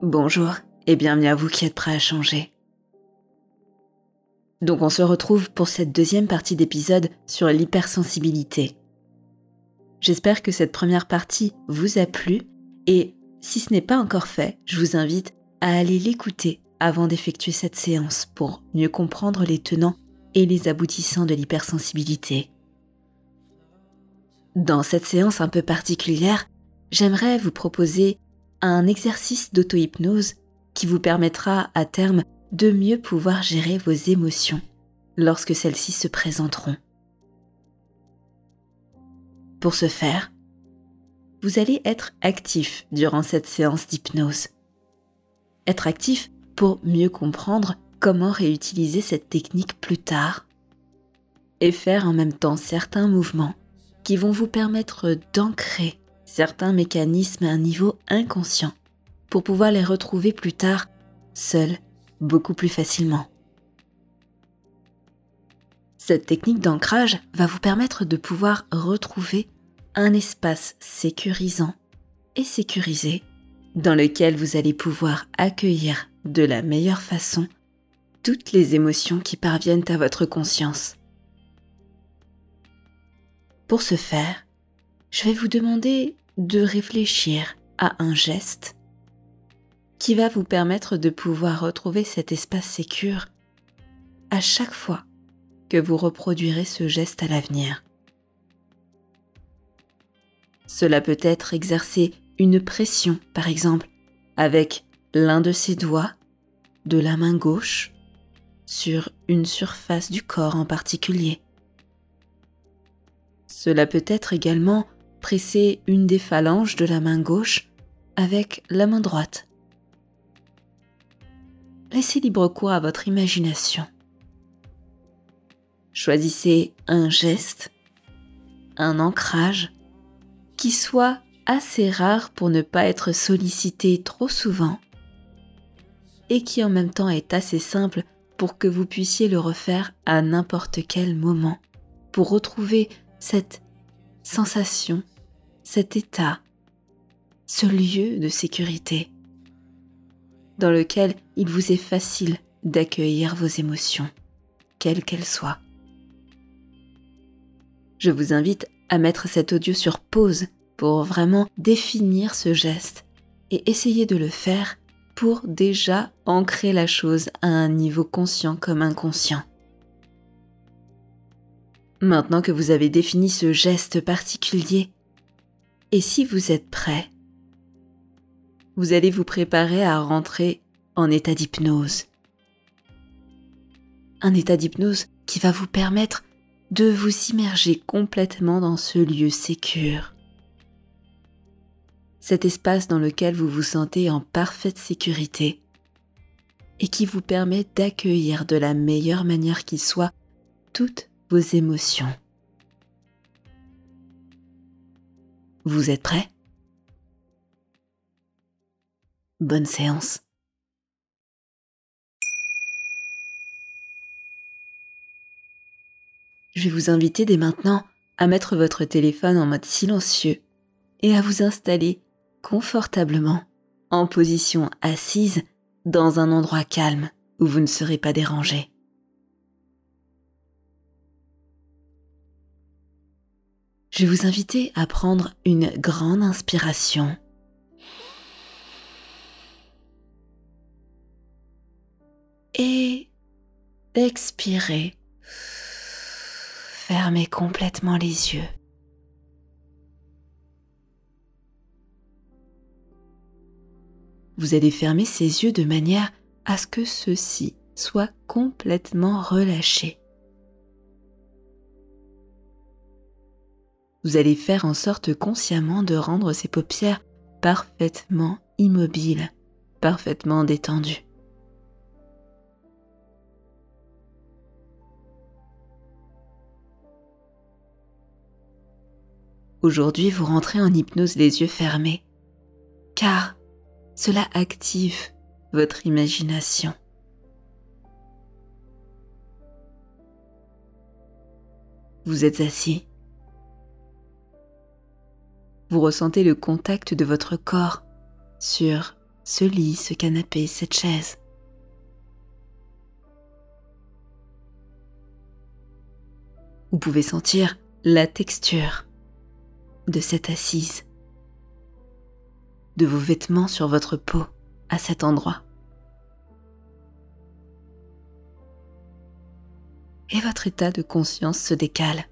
Bonjour et bienvenue à vous qui êtes prêts à changer. Donc on se retrouve pour cette deuxième partie d'épisode sur l'hypersensibilité. J'espère que cette première partie vous a plu et si ce n'est pas encore fait, je vous invite à aller l'écouter avant d'effectuer cette séance pour mieux comprendre les tenants et les aboutissants de l'hypersensibilité. Dans cette séance un peu particulière, j'aimerais vous proposer un exercice d'auto-hypnose qui vous permettra à terme de mieux pouvoir gérer vos émotions lorsque celles-ci se présenteront. Pour ce faire, vous allez être actif durant cette séance d'hypnose. Être actif pour mieux comprendre comment réutiliser cette technique plus tard et faire en même temps certains mouvements qui vont vous permettre d'ancrer certains mécanismes à un niveau inconscient pour pouvoir les retrouver plus tard, seuls, beaucoup plus facilement. Cette technique d'ancrage va vous permettre de pouvoir retrouver un espace sécurisant et sécurisé dans lequel vous allez pouvoir accueillir de la meilleure façon toutes les émotions qui parviennent à votre conscience. Pour ce faire, je vais vous demander de réfléchir à un geste qui va vous permettre de pouvoir retrouver cet espace sécure à chaque fois que vous reproduirez ce geste à l'avenir. Cela peut être exercer une pression, par exemple, avec l'un de ses doigts de la main gauche sur une surface du corps en particulier. Cela peut être également presser une des phalanges de la main gauche avec la main droite. Laissez libre cours à votre imagination. Choisissez un geste, un ancrage qui soit assez rare pour ne pas être sollicité trop souvent et qui en même temps est assez simple pour que vous puissiez le refaire à n'importe quel moment pour retrouver cette sensation, cet état, ce lieu de sécurité dans lequel il vous est facile d'accueillir vos émotions, quelles qu'elles soient. Je vous invite à mettre cet audio sur pause pour vraiment définir ce geste et essayer de le faire pour déjà ancrer la chose à un niveau conscient comme inconscient. Maintenant que vous avez défini ce geste particulier, et si vous êtes prêt, vous allez vous préparer à rentrer en état d'hypnose. Un état d'hypnose qui va vous permettre de vous immerger complètement dans ce lieu sécure. Cet espace dans lequel vous vous sentez en parfaite sécurité et qui vous permet d'accueillir de la meilleure manière qui soit toutes vos émotions. Vous êtes prêts ? Bonne séance. Je vais vous inviter dès maintenant à mettre votre téléphone en mode silencieux et à vous installer confortablement en position assise dans un endroit calme où vous ne serez pas dérangé. Je vais vous inviter à prendre une grande inspiration et expirer. Fermez complètement les yeux. Vous allez fermer ces yeux de manière à ce que ceux-ci soient complètement relâchés. Vous allez faire en sorte consciemment de rendre ces paupières parfaitement immobiles, parfaitement détendues. Aujourd'hui, vous rentrez en hypnose les yeux fermés, car cela active votre imagination. Vous êtes assis. Vous ressentez le contact de votre corps sur ce lit, ce canapé, cette chaise. Vous pouvez sentir la texture de cette assise, de vos vêtements sur votre peau à cet endroit. Et votre état de conscience se décale.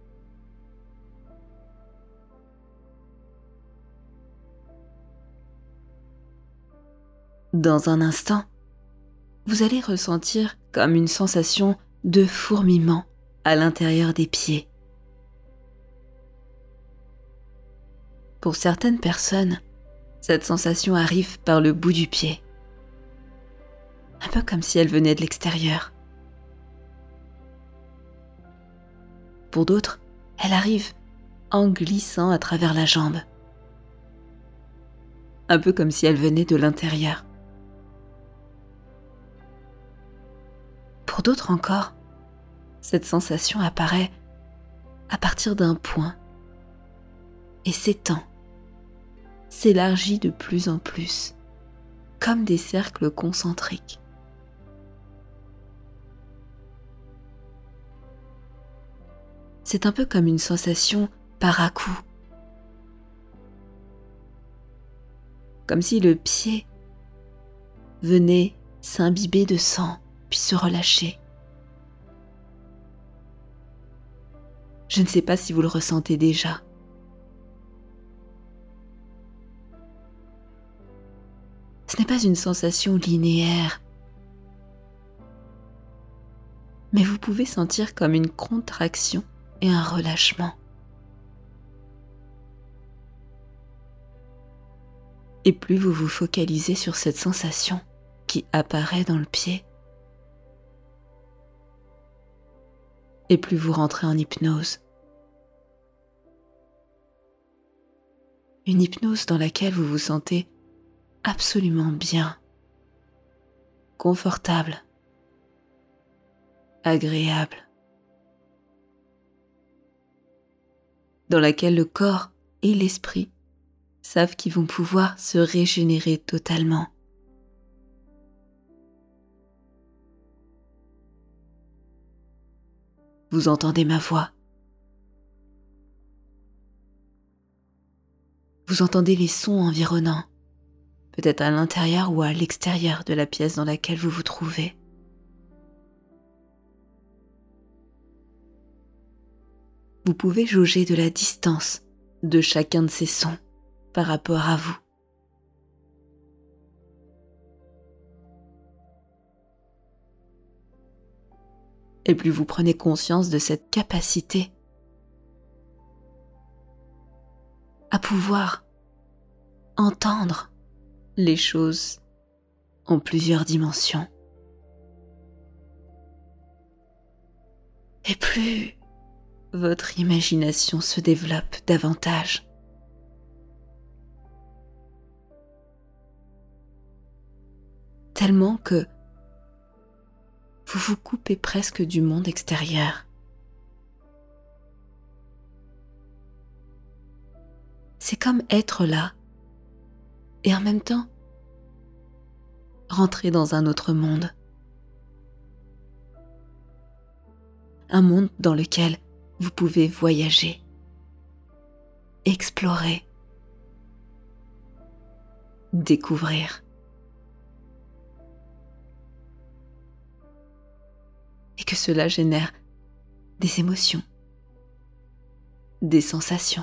Dans un instant, vous allez ressentir comme une sensation de fourmillement à l'intérieur des pieds. Pour certaines personnes, cette sensation arrive par le bout du pied, un peu comme si elle venait de l'extérieur. Pour d'autres, elle arrive en glissant à travers la jambe, un peu comme si elle venait de l'intérieur. Pour d'autres encore, cette sensation apparaît à partir d'un point et s'étend, s'élargit de plus en plus, comme des cercles concentriques. C'est un peu comme une sensation par à-coups, comme si le pied venait s'imbiber de sang puis se relâcher. Je ne sais pas si vous le ressentez déjà. Ce n'est pas une sensation linéaire, mais vous pouvez sentir comme une contraction et un relâchement. Et plus vous vous focalisez sur cette sensation qui apparaît dans le pied, et plus vous rentrez en hypnose. Une hypnose dans laquelle vous vous sentez absolument bien, confortable, agréable, dans laquelle le corps et l'esprit savent qu'ils vont pouvoir se régénérer totalement. Vous entendez ma voix. Vous entendez les sons environnants, peut-être à l'intérieur ou à l'extérieur de la pièce dans laquelle vous vous trouvez. Vous pouvez jauger de la distance de chacun de ces sons par rapport à vous. Et plus vous prenez conscience de cette capacité à pouvoir entendre les choses en plusieurs dimensions. Et plus votre imagination se développe davantage. Tellement que vous vous coupez presque du monde extérieur. C'est comme être là et en même temps rentrer dans un autre monde. Un monde dans lequel vous pouvez voyager, explorer, découvrir. Et que cela génère des émotions, des sensations,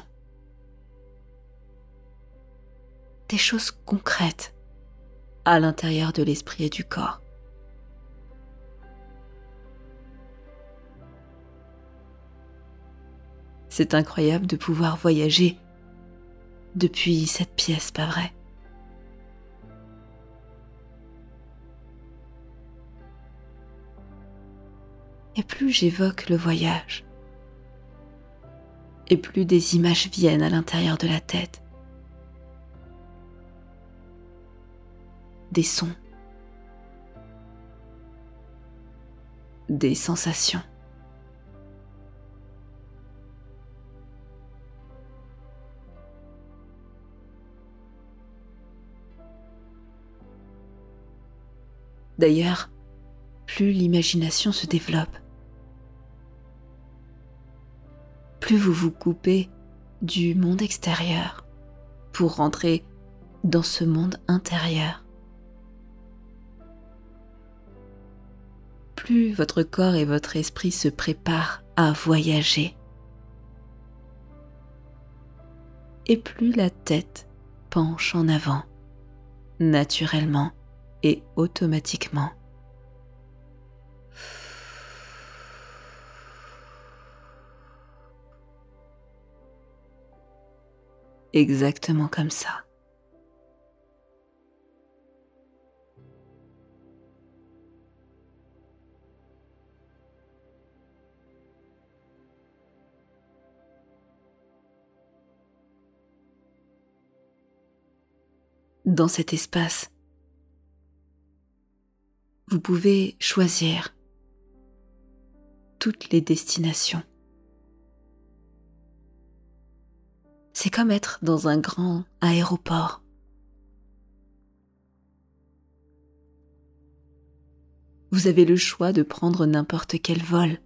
des choses concrètes à l'intérieur de l'esprit et du corps. C'est incroyable de pouvoir voyager depuis cette pièce, pas vrai? Et plus j'évoque le voyage, et plus des images viennent à l'intérieur de la tête. Des sons, des sensations. D'ailleurs, plus l'imagination se développe, plus vous vous coupez du monde extérieur pour rentrer dans ce monde intérieur. Plus votre corps et votre esprit se préparent à voyager, et plus la tête penche en avant, naturellement et automatiquement. Exactement comme ça. Dans cet espace, vous pouvez choisir toutes les destinations. C'est comme être dans un grand aéroport. Vous avez le choix de prendre n'importe quel vol.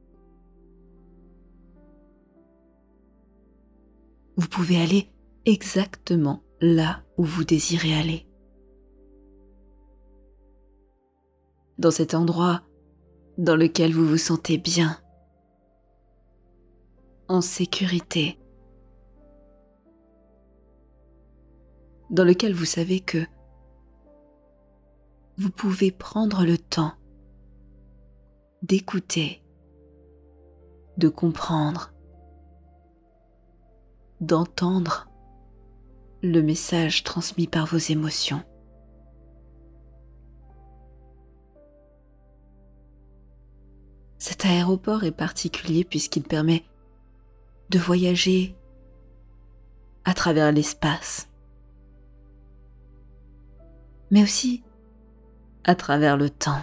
Vous pouvez aller exactement là où vous désirez aller. Dans cet endroit dans lequel vous vous sentez bien, en sécurité, dans lequel vous savez que vous pouvez prendre le temps d'écouter, de comprendre, d'entendre le message transmis par vos émotions. Cet aéroport est particulier puisqu'il permet de voyager à travers l'espace, mais aussi à travers le temps.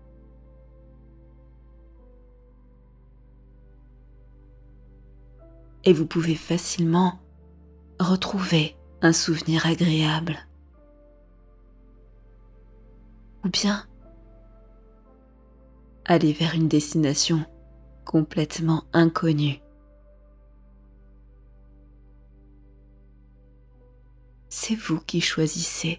Et vous pouvez facilement retrouver un souvenir agréable. Ou bien aller vers une destination complètement inconnue. C'est vous qui choisissez.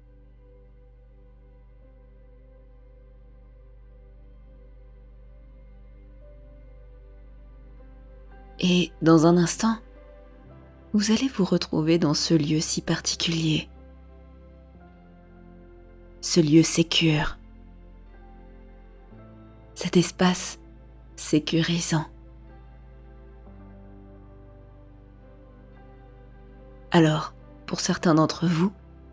Et dans un instant, vous allez vous retrouver dans ce lieu si particulier, ce lieu sécure, cet espace sécurisant. Alors, pour certains d'entre vous,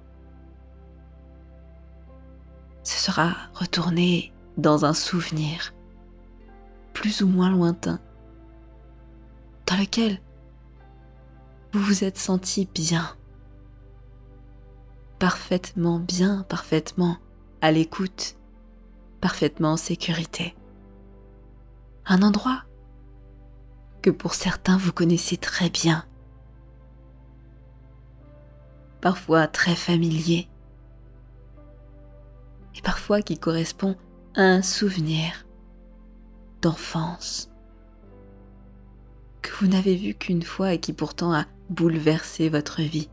ce sera retourner dans un souvenir plus ou moins lointain, dans lequel vous vous êtes senti bien, parfaitement à l'écoute, parfaitement en sécurité. Un endroit que pour certains vous connaissez très bien, parfois très familier, et parfois qui correspond à un souvenir d'enfance que vous n'avez vu qu'une fois et qui pourtant a bouleversé votre vie.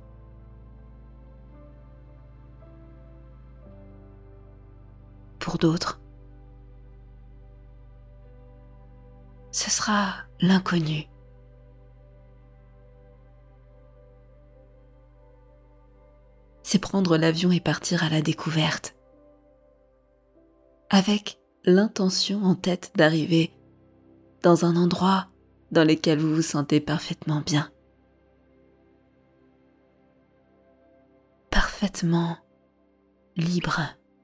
Pour d'autres, ce sera l'inconnu. C'est prendre l'avion et partir à la découverte, avec l'intention en tête d'arriver dans un endroit dans lequel vous vous sentez parfaitement bien, parfaitement libre,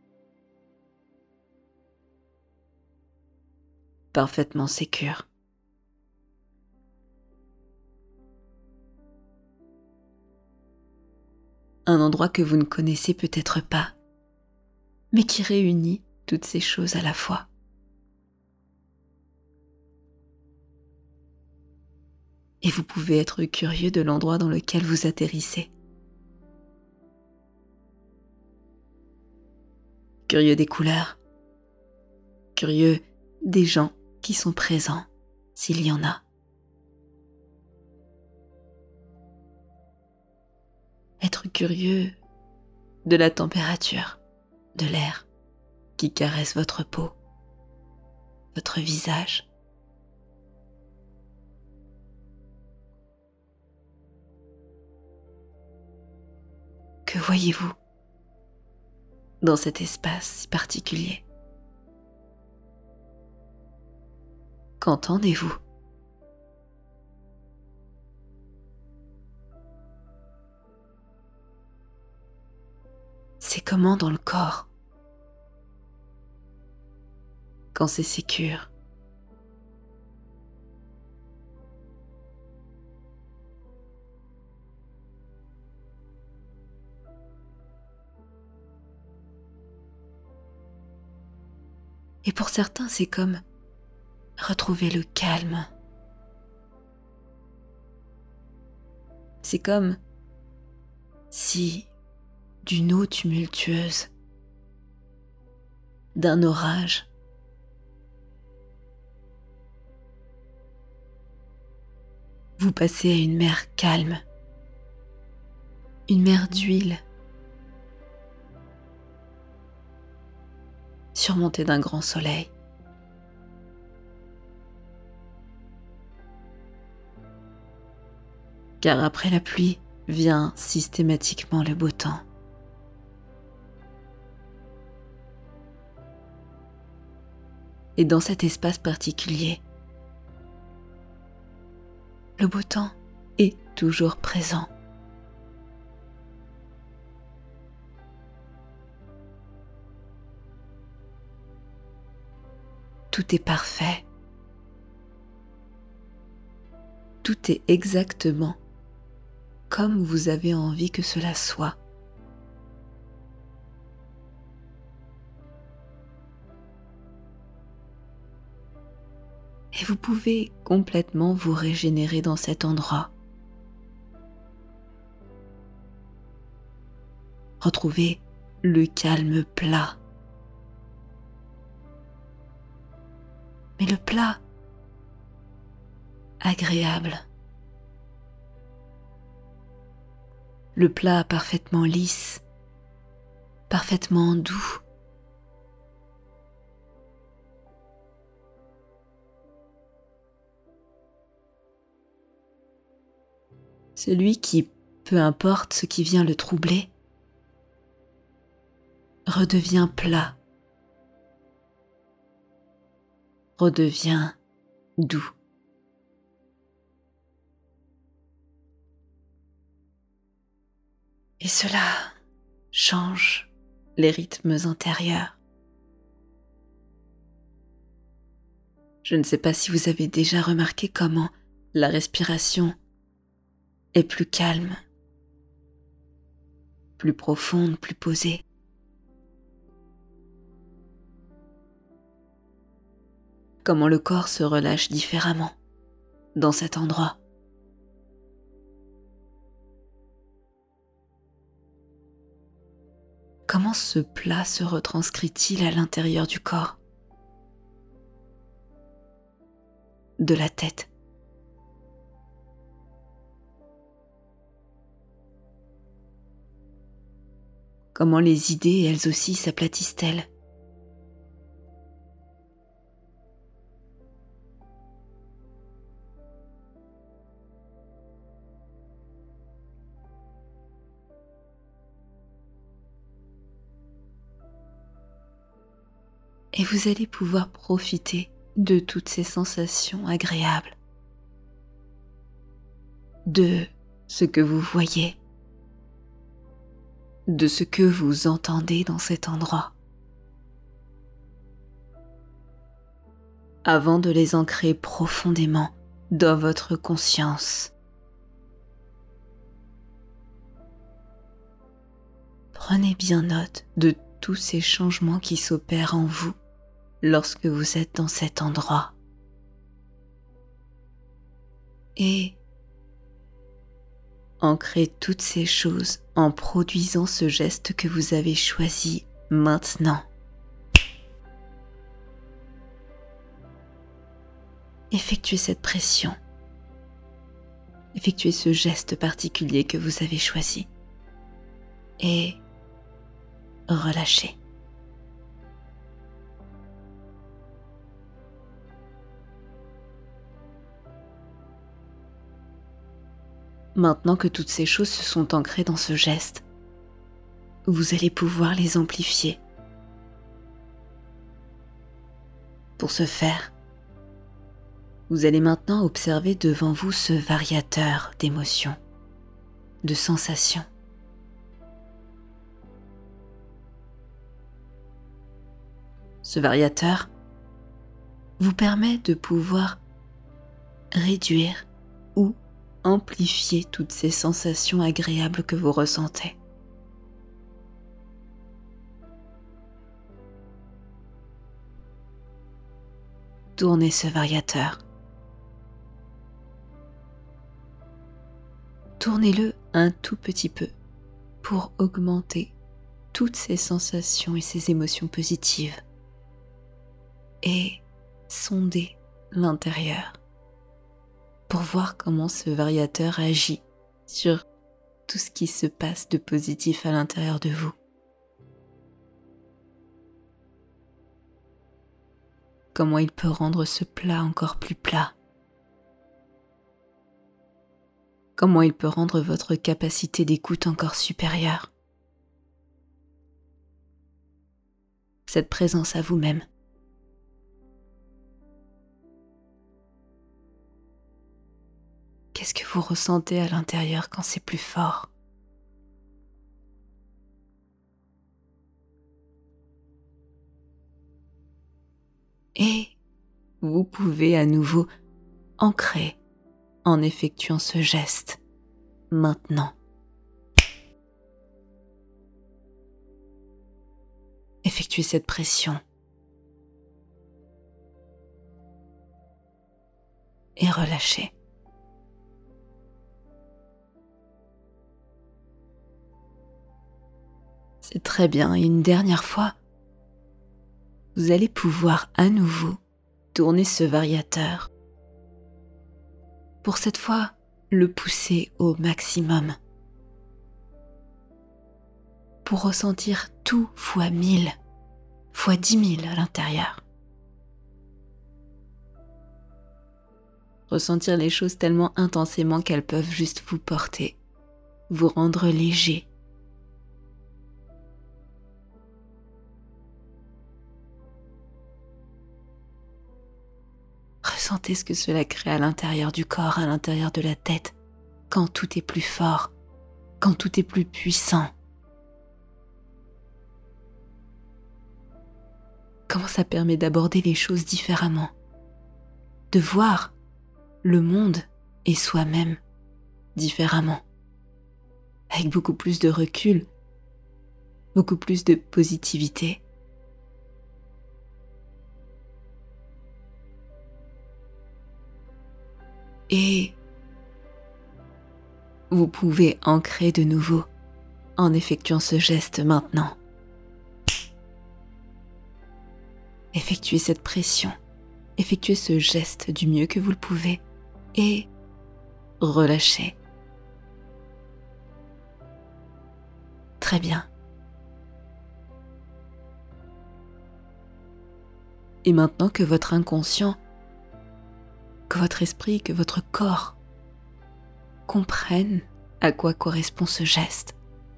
parfaitement sécure. Un endroit que vous ne connaissez peut-être pas, mais qui réunit toutes ces choses à la fois. Et vous pouvez être curieux de l'endroit dans lequel vous atterrissez. curieux des couleurs, curieux des gens qui sont présents, s'il y en a. Être curieux de la température, de l'air qui caresse votre peau, votre visage. Que voyez-vous dans cet espace si particulier? Qu'entendez-vous? C'est comment dans le corps? Quand c'est sécure? Et pour certains, c'est comme retrouver le calme. C'est comme si d'une eau tumultueuse, d'un orage, vous passez à une mer calme, une mer d'huile, surmontée d'un grand soleil. Car après la pluie vient systématiquement le beau temps. Et dans cet espace particulier, le beau temps est toujours présent. Tout est parfait. Tout est exactement comme vous avez envie que cela soit. Et vous pouvez complètement vous régénérer dans cet endroit. Retrouvez le calme plat. Mais le plat agréable. Le plat parfaitement lisse, parfaitement doux. Celui qui, peu importe ce qui vient le troubler, redevient plat, redevient doux. Et cela change les rythmes intérieurs. Je ne sais pas si vous avez déjà remarqué comment la respiration est plus calme, plus profonde, plus posée. Comment le corps se relâche différemment dans cet endroit. Comment ce plat se retranscrit-il à l'intérieur du corps, de la tête? Comment les idées, elles aussi, s'aplatissent-elles? Et vous allez pouvoir profiter de toutes ces sensations agréables, de ce que vous voyez, de ce que vous entendez dans cet endroit, avant de les ancrer profondément dans votre conscience. Prenez bien note de tous ces changements qui s'opèrent en vous lorsque vous êtes dans cet endroit. Et ancrez toutes ces choses en produisant ce geste que vous avez choisi maintenant, effectuez cette pression. Effectuez ce geste particulier que vous avez choisi. Et relâchez. Maintenant que toutes ces choses se sont ancrées dans ce geste, vous allez pouvoir les amplifier. Pour ce faire, vous allez maintenant observer devant vous ce variateur d'émotions, de sensations. Ce variateur vous permet de pouvoir réduire ou amplifier toutes ces sensations agréables que vous ressentez. Tournez ce variateur. Tournez-le un tout petit peu pour augmenter toutes ces sensations et ces émotions positives et sonder l'intérieur pour voir comment ce variateur agit sur tout ce qui se passe de positif à l'intérieur de vous. Comment il peut rendre ce plat encore plus plat. Comment il peut rendre votre capacité d'écoute encore supérieure. Cette présence à vous-même. Qu'est-ce que vous ressentez à l'intérieur quand c'est plus fort ? Et vous pouvez à nouveau ancrer en effectuant ce geste maintenant. Effectuez cette pression et relâchez. C'est très bien, et une dernière fois, vous allez pouvoir à nouveau tourner ce variateur pour cette fois le pousser au maximum, pour ressentir tout fois 1000, fois 10 000 à l'intérieur. Ressentir les choses tellement intensément qu'elles peuvent juste vous porter, vous rendre léger. Ressentez ce que cela crée à l'intérieur du corps, à l'intérieur de la tête, quand tout est plus fort, quand tout est plus puissant. Comment ça permet d'aborder les choses différemment, de voir le monde et soi-même différemment, avec beaucoup plus de recul, beaucoup plus de positivité. Et vous pouvez ancrer de nouveau en effectuant ce geste maintenant. Effectuez cette pression, effectuez ce geste du mieux que vous le pouvez et relâchez. Très bien. Et maintenant que votre inconscient, que votre esprit, que votre corps comprennent à quoi correspond ce geste,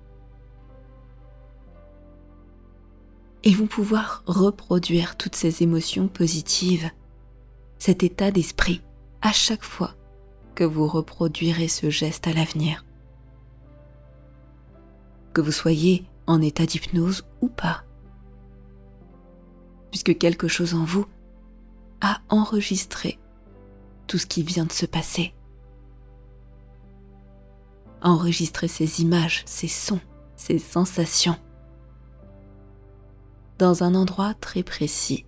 ils vont pouvoir reproduire toutes ces émotions positives, cet état d'esprit, à chaque fois que vous reproduirez ce geste à l'avenir. Que vous soyez en état d'hypnose ou pas, puisque quelque chose en vous a enregistré tout ce qui vient de se passer. Enregistrer ces images, ces sons, ces sensations dans un endroit très précis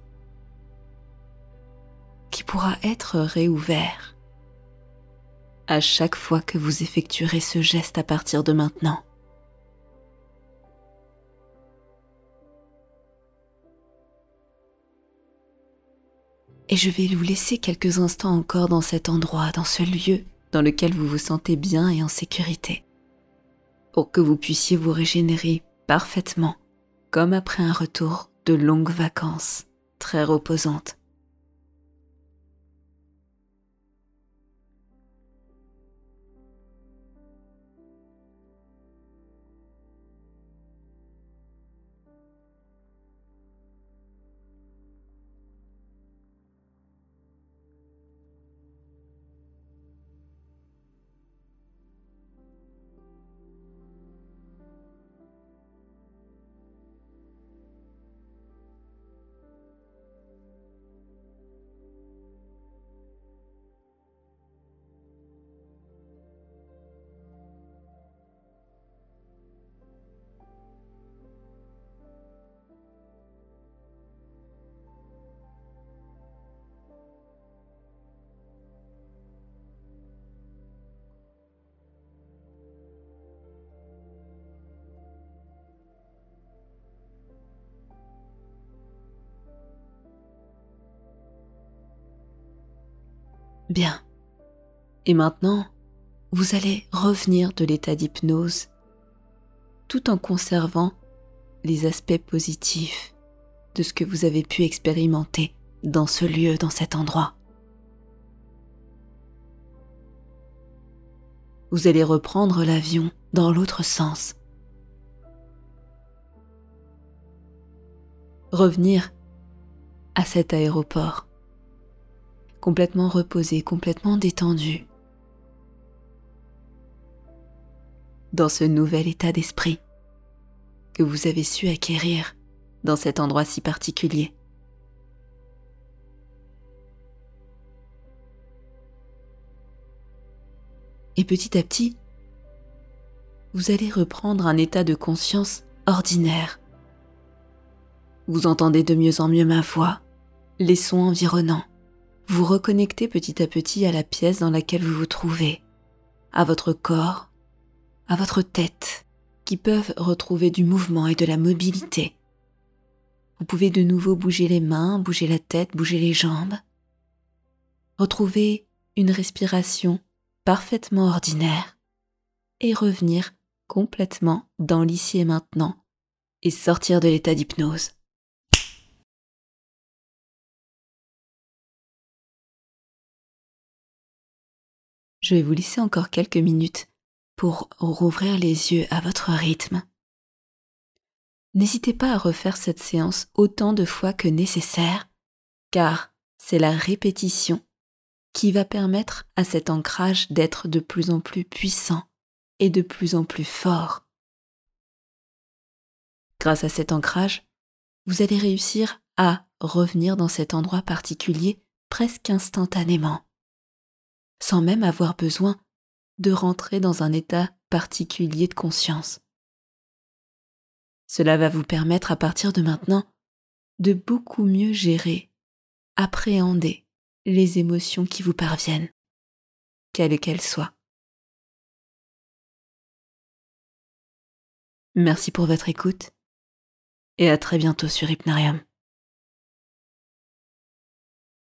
qui pourra être réouvert à chaque fois que vous effectuerez ce geste à partir de maintenant. Et je vais vous laisser quelques instants encore dans cet endroit, dans ce lieu dans lequel vous vous sentez bien et en sécurité, pour que vous puissiez vous régénérer parfaitement, comme après un retour de longues vacances très reposantes. Bien. Et maintenant, vous allez revenir de l'état d'hypnose tout en conservant les aspects positifs de ce que vous avez pu expérimenter dans ce lieu, dans cet endroit. Vous allez reprendre l'avion dans l'autre sens. Revenir à cet aéroport, complètement reposé, complètement détendu, dans ce nouvel état d'esprit que vous avez su acquérir dans cet endroit si particulier. Et petit à petit, vous allez reprendre un état de conscience ordinaire. Vous entendez de mieux en mieux ma voix, les sons environnants. Vous reconnectez petit à petit à la pièce dans laquelle vous vous trouvez, à votre corps, à votre tête, qui peuvent retrouver du mouvement et de la mobilité. Vous pouvez de nouveau bouger les mains, bouger la tête, bouger les jambes. Retrouver une respiration parfaitement ordinaire et revenir complètement dans l'ici et maintenant et sortir de l'état d'hypnose. Je vais vous laisser encore quelques minutes pour rouvrir les yeux à votre rythme. N'hésitez pas à refaire cette séance autant de fois que nécessaire, car c'est la répétition qui va permettre à cet ancrage d'être de plus en plus puissant et de plus en plus fort. Grâce à cet ancrage, vous allez réussir à revenir dans cet endroit particulier presque instantanément, sans même avoir besoin de rentrer dans un état particulier de conscience. Cela va vous permettre à partir de maintenant de beaucoup mieux gérer, appréhender les émotions qui vous parviennent, quelles qu'elles soient. Merci pour votre écoute et à très bientôt sur Hypnarium.